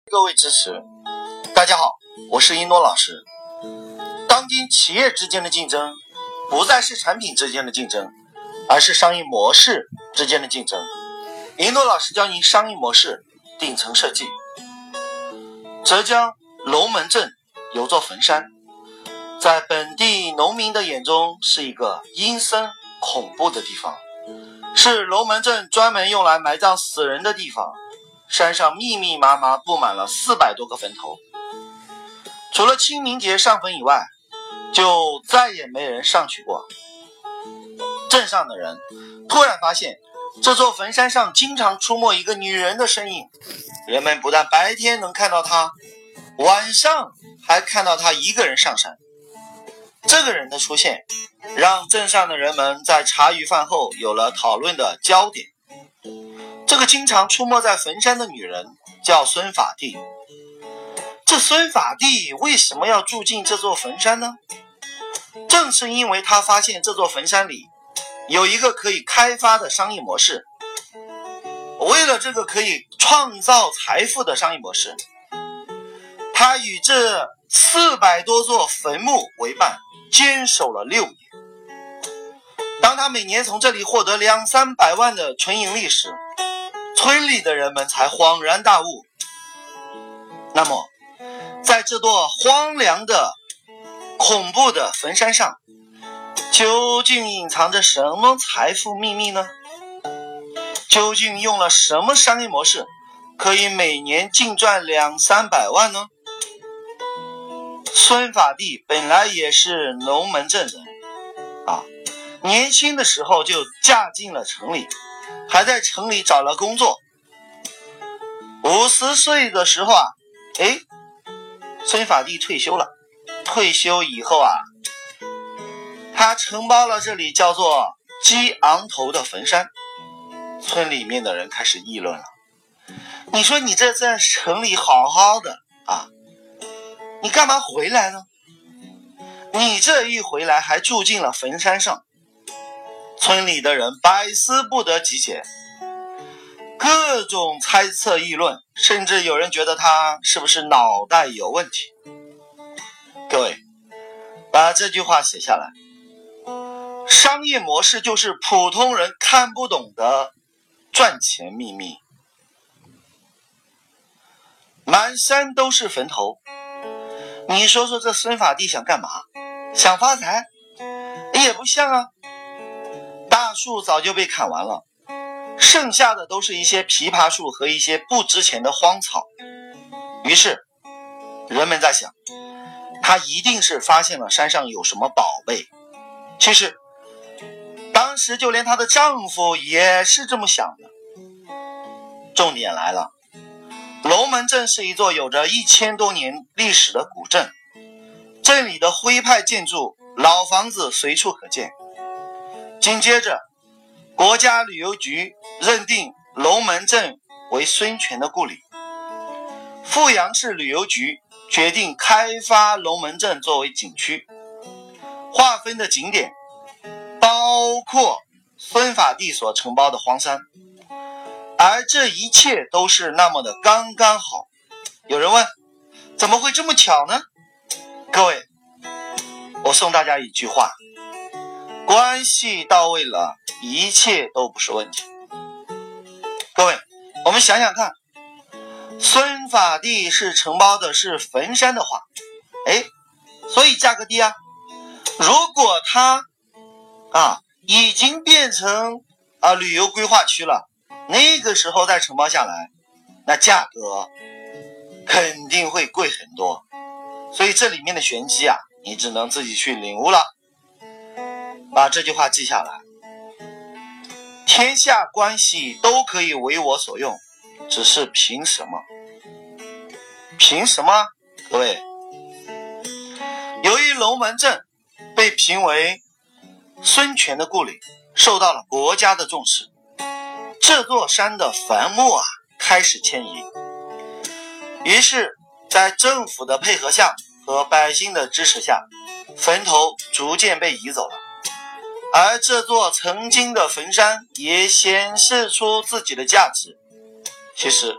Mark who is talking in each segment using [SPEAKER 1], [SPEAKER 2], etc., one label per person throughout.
[SPEAKER 1] 各位支持，大家好，我是一诺老师。当今企业之间的竞争不再是产品之间的竞争，而是商业模式之间的竞争。一诺老师教您商业模式顶层设计。浙江龙门镇有座坟山，在本地农民的眼中是一个阴森恐怖的地方，是龙门镇专门用来埋葬死人的地方。山上密密麻麻布满了400多个坟头，除了清明节上坟以外，就再也没人上去过。镇上的人突然发现，这座坟山上经常出没一个女人的身影，人们不但白天能看到她，晚上还看到她一个人上山。这个人的出现，让镇上的人们在茶余饭后有了讨论的焦点。这个经常出没在坟山的女人叫孙法蒂。这孙法蒂为什么要住进这座坟山呢？正是因为她发现这座坟山里有一个可以开发的商业模式。为了这个可以创造财富的商业模式，她与这400多座坟墓为伴，坚守了6年。当她每年从这里获得200-300万的纯盈利时，村里的人们才恍然大悟。那么在这座荒凉的恐怖的坟山上，究竟隐藏着什么财富秘密呢？究竟用了什么商业模式可以每年净赚200-300万呢？孙法蒂本来也是龙门镇人年轻的时候就嫁进了城里，还在城里找了工作。50岁的时候孙法蒂退休了。退休以后他承包了这里叫做鸡昂头的坟山。村里面的人开始议论了，你说你这在城里好好的你干嘛回来呢？你这一回来还住进了坟山上。村里的人百思不得其解，各种猜测议论，甚至有人觉得他是不是脑袋有问题。各位，把这句话写下来。商业模式就是普通人看不懂的赚钱秘密。满山都是坟头，你说说这孙法蒂想干嘛？想发财？也不像大树早就被砍完了，剩下的都是一些枇杷树和一些不值钱的荒草。于是人们在想，他一定是发现了山上有什么宝贝。其实当时就连她的丈夫也是这么想的。重点来了，龙门镇是一座有着1000多年历史的古镇，镇里的徽派建筑老房子随处可见。紧接着国家旅游局认定龙门镇为孙权的故里，富阳市旅游局决定开发龙门镇作为景区，划分的景点包括孙法蒂所承包的荒山。而这一切都是那么的刚刚好。有人问，怎么会这么巧呢？各位，我送大家一句话，关系到位了，一切都不是问题。各位，我们想想看，孙法蒂是承包的是坟山的话，所以价格低如果他已经变成旅游规划区了，那个时候再承包下来，那价格肯定会贵很多。所以这里面的玄机你只能自己去领悟了。把这句话记下来，天下关系都可以为我所用，只是凭什么？凭什么？各位，由于龙门镇被评为孙权的故里，受到了国家的重视，这座山的坟墓开始迁移。于是在政府的配合下和百姓的支持下，坟头逐渐被移走了。而这座曾经的坟山也显示出自己的价值。其实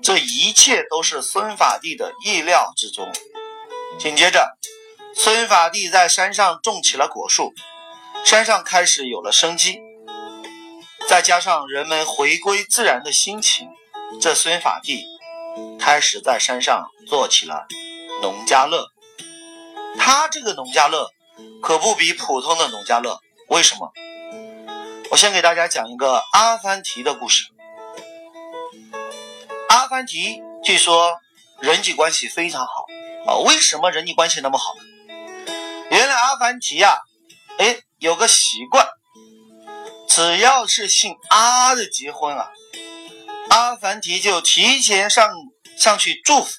[SPEAKER 1] 这一切都是孙法帝的意料之中。紧接着，孙法帝在山上种起了果树，山上开始有了生机，再加上人们回归自然的心情，这孙法帝开始在山上做起了农家乐。他这个农家乐可不比普通的农家乐，为什么？我先给大家讲一个阿凡提的故事。阿凡提据说人际关系非常好为什么人际关系那么好呢？原来阿凡提有个习惯，只要是姓阿的结婚阿凡提就提前上去祝福。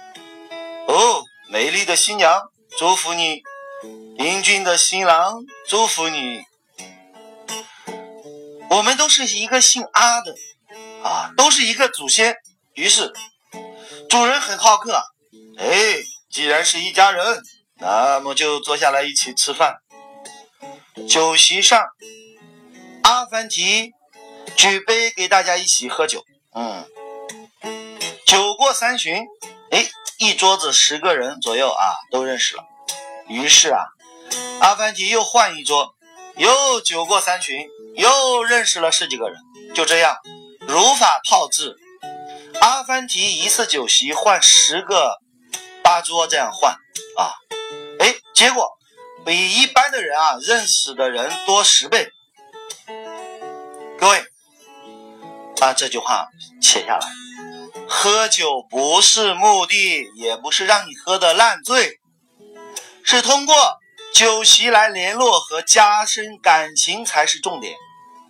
[SPEAKER 1] 美丽的新娘祝福你，英俊的新郎祝福你。我们都是一个姓阿的都是一个祖先。于是主人很好客既然是一家人，那么就坐下来一起吃饭。酒席上，阿凡提举杯给大家一起喝酒。酒过三巡，一桌子10个人左右都认识了。于是阿凡提又换一桌，又酒过三巡，又认识了10几个人。就这样如法炮制，阿凡提一次酒席换10个8桌，这样换结果比一般的人认识的人多10倍。各位把这句话写下来，喝酒不是目的，也不是让你喝得烂醉，是通过酒席来联络和加深感情才是重点。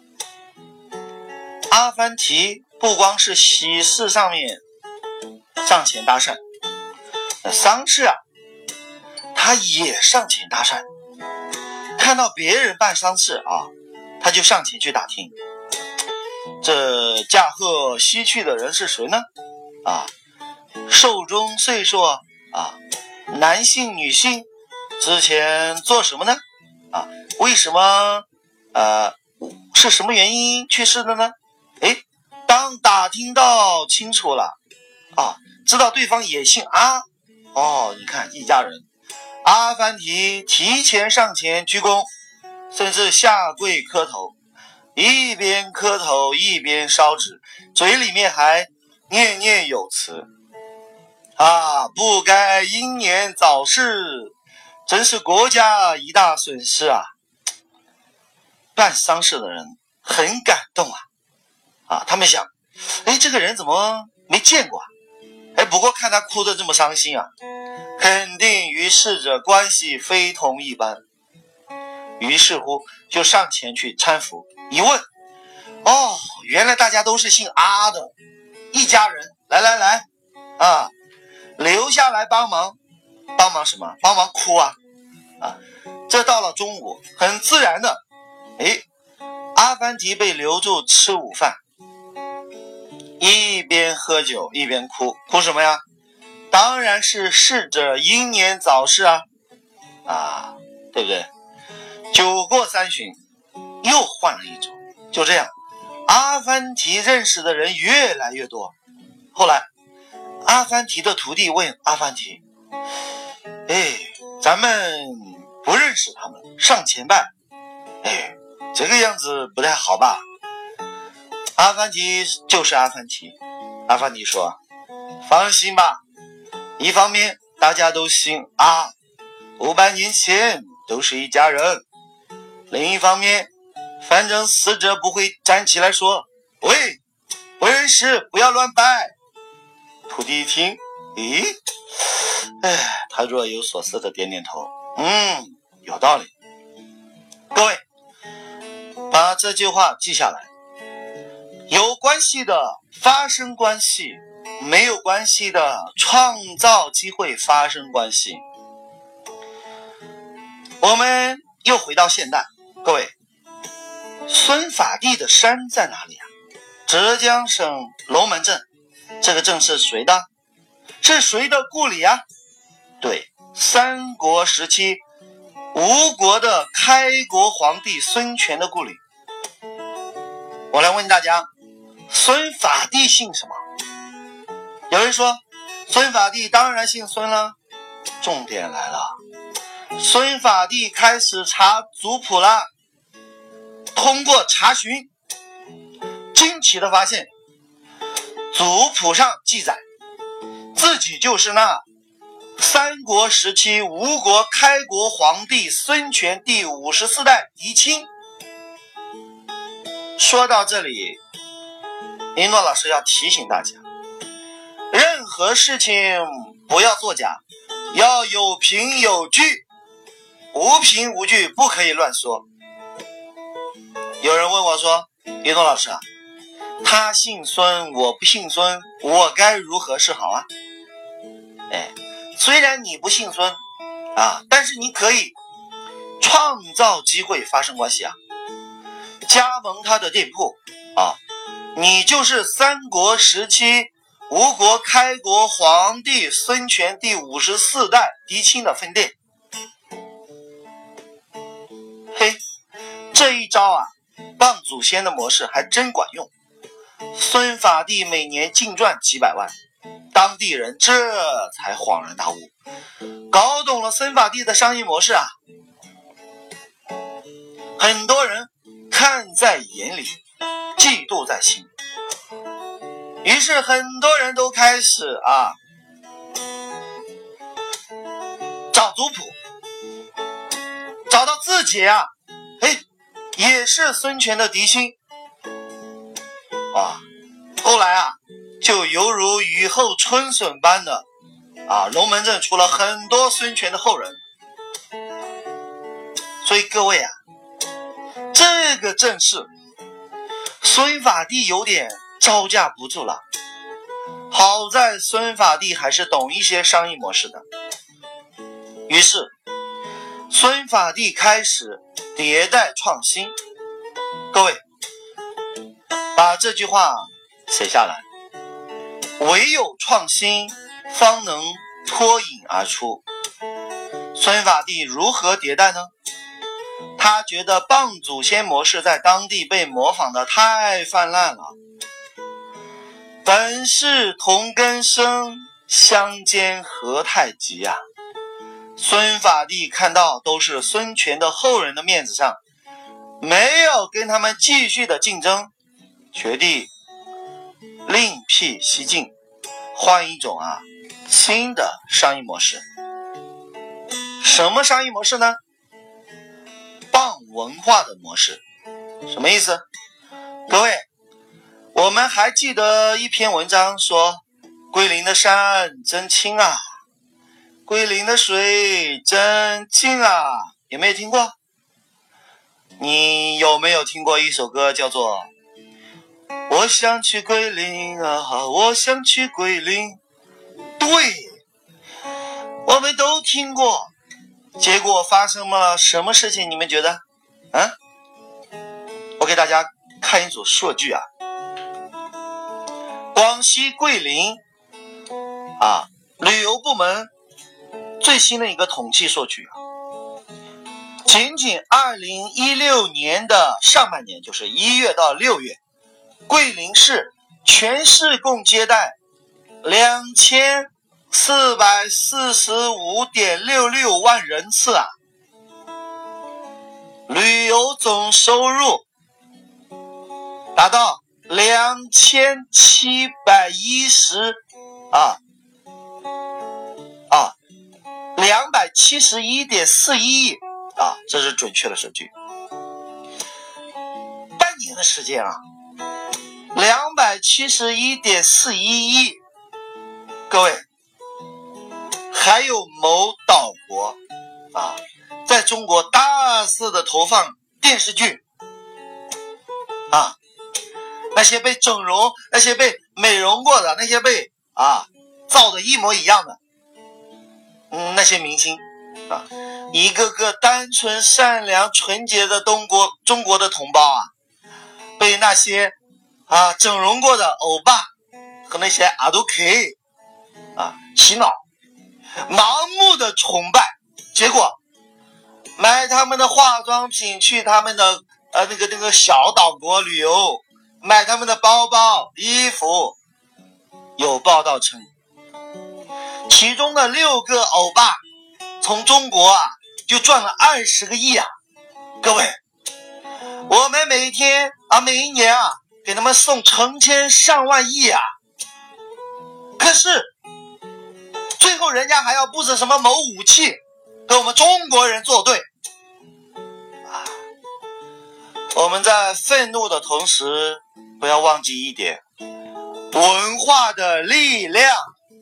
[SPEAKER 1] 阿凡提不光是喜事上面上前搭讪，丧事他也上前搭讪，看到别人办丧事他就上前去打听，这驾鹤西去的人是谁呢？寿终岁数男性女性，之前做什么呢？为什么是什么原因去世的呢？当打听到清楚了知道对方也姓阿你看一家人，阿凡提提前上前鞠躬，甚至下跪磕头，一边磕头一边烧纸，嘴里面还念念有词不该英年早逝，真是国家一大损失办丧事的人很感动他们想这个人怎么没见过不过看他哭得这么伤心肯定与逝者关系非同一般。于是乎就上前去搀扶，一问原来大家都是姓阿的一家人，来留下来帮忙什么？帮忙哭这到了中午，很自然的阿凡提被留住吃午饭，一边喝酒一边哭什么呀？当然是逝者英年早逝对不对？酒过三巡，又换了一桌。就这样，阿凡提认识的人越来越多。后来阿凡提的徒弟问阿凡提咱们不认识他们，上前拜这个样子不太好吧？阿凡提就是阿凡提，阿凡提说放心吧，一方面大家都姓阿，500年前都是一家人，另一方面反正死者不会站起来说喂，不认识，不要乱拜。徒弟一听他若有所思的点点头有道理。各位把这句话记下来，有关系的发生关系，没有关系的创造机会发生关系。我们又回到现代，各位，孙法帝的山在哪里浙江省龙门镇，这个镇是谁的？是谁的故里对，三国时期吴国的开国皇帝孙权的故里。我来问大家，孙法帝姓什么？ 有人说孙法帝当然姓孙了，重点来了，孙法帝开始查族谱了。通过查询，惊奇的发现族谱上记载自己就是那三国时期吴国开国皇帝孙权第54代嫡亲。说到这里，一诺老师要提醒大家，任何事情不要作假，要有凭有据，无凭无据不可以乱说。有人问我说，一诺老师啊，他姓孙我不姓孙，我该如何是好啊？虽然你不姓孙啊，但是你可以创造机会发生关系啊，加盟他的店铺啊，你就是三国时期吴国开国皇帝孙权第54代嫡亲的分店。嘿，这一招啊，傍祖先的模式还真管用，孙法帝每年净赚几百万，当地人这才恍然大悟，搞懂了孙法帝的商业模式啊。很多人看在眼里，嫉妒在心，于是很多人都开始找族谱，找到自己也是孙权的嫡亲后来就犹如雨后春笋般的龙门阵出了很多孙权的后人。所以各位这个阵势孙法帝有点招架不住了，好在孙法帝还是懂一些商业模式的，于是孙法帝开始迭代创新。各位把这句话写下来，唯有创新方能脱颖而出。孙法帝如何迭代呢？他觉得傍祖先模式在当地被模仿的太泛滥了，本是同根生，相煎何太急啊。孙法帝看到都是孙权的后人的面子上，没有跟他们继续的竞争，决定另辟蹊径，换一种新的商业模式。什么商业模式呢？傍文化的模式。什么意思？各位，我们还记得一篇文章说，桂林的山真青啊，桂林的水真静啊，有没有听过？你有没有听过一首歌叫做我想去桂林啊，我想去桂林？对，我们都听过。结果发生了什么事情你们觉得我给大家看一组数据广西桂林旅游部门最新的一个统计数据仅仅2016年的上半年，就是1月到6月，桂林市全市共接待2445.66万人次旅游总收入达到271.41亿这是准确的数据。半年的时间271.41亿，各位，还有某岛国在中国大肆的投放电视剧那些被整容，那些被美容过的，那些被造的一模一样的那些明星一个个单纯善良纯洁的中国的同胞被那些整容过的欧巴和那些阿杜 K 洗脑，盲目的崇拜，结果买他们的化妆品，去他们的那个小岛国旅游，买他们的包包衣服， 有报道称，其中的6个欧巴从中国就赚了20个亿啊！各位，我们每一年给他们送成千上万亿啊！可是最后人家还要布置什么某武器跟我们中国人作对啊！我们在愤怒的同时，不要忘记一点，文化的力量。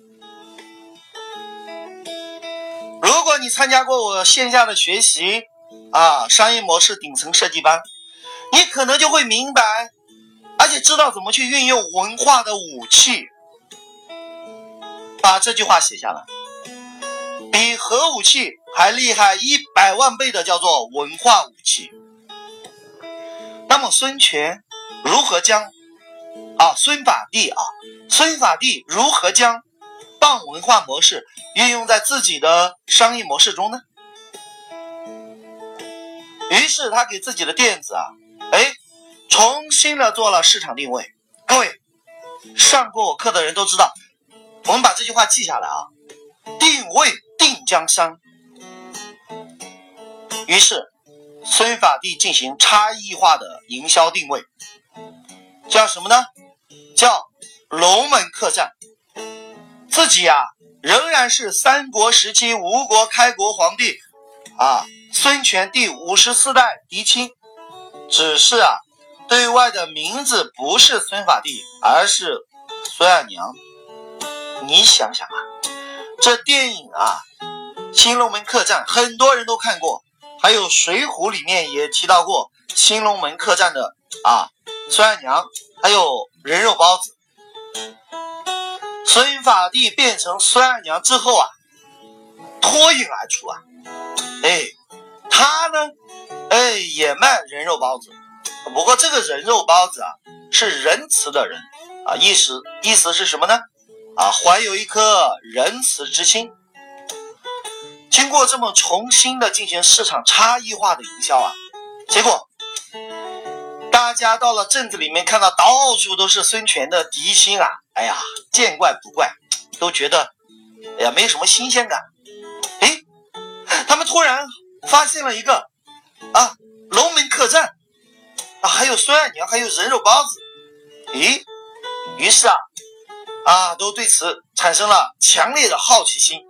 [SPEAKER 1] 如果你参加过我线下的学习商业模式顶层设计班，你可能就会明白，而且知道怎么去运用文化的武器。把这句话写下来，比核武器还厉害100万倍的叫做文化武器。那么孙权如何将孙法帝如何将棒文化模式运用在自己的商业模式中呢？于是他给自己的店子重新的做了市场定位。各位上过我课的人都知道，我们把这句话记下来定位定江山。于是孙法帝进行差异化的营销定位，叫什么呢？叫龙门客栈。自己仍然是三国时期吴国开国皇帝孙权第54代嫡亲，只是对外的名字不是孙法帝，而是孙二娘。你想想这电影新龙门客栈很多人都看过，还有水浒里面也提到过新龙门客栈的孙二娘，还有人肉包子。孙法帝变成孙二娘之后脱颖而出他呢也卖人肉包子，不过这个人肉包子是仁慈的人意思是什么呢？怀有一颗仁慈之心。经过这么重新的进行市场差异化的营销结果大家到了镇子里面看到到处都是孙权的嫡亲见怪不怪，都觉得没什么新鲜感。他们突然发现了一个龙门客栈还有孙二娘，还有人肉包子。于是都对此产生了强烈的好奇心。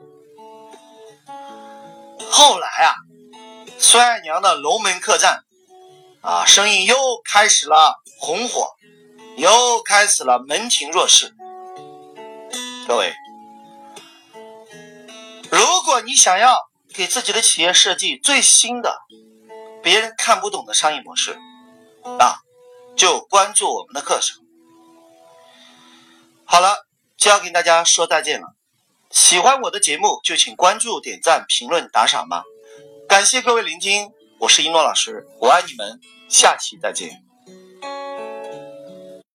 [SPEAKER 1] 后来孙二娘的龙门客栈生意又开始了红火，又开始了门庭若市。各位，如果你想要给自己的企业设计最新的别人看不懂的商业模式就关注我们的课程。好了，就要跟大家说再见了。喜欢我的节目就请关注、点赞、评论、打赏吧。感谢各位聆听，我是一诺老师，我爱你们，下期再见。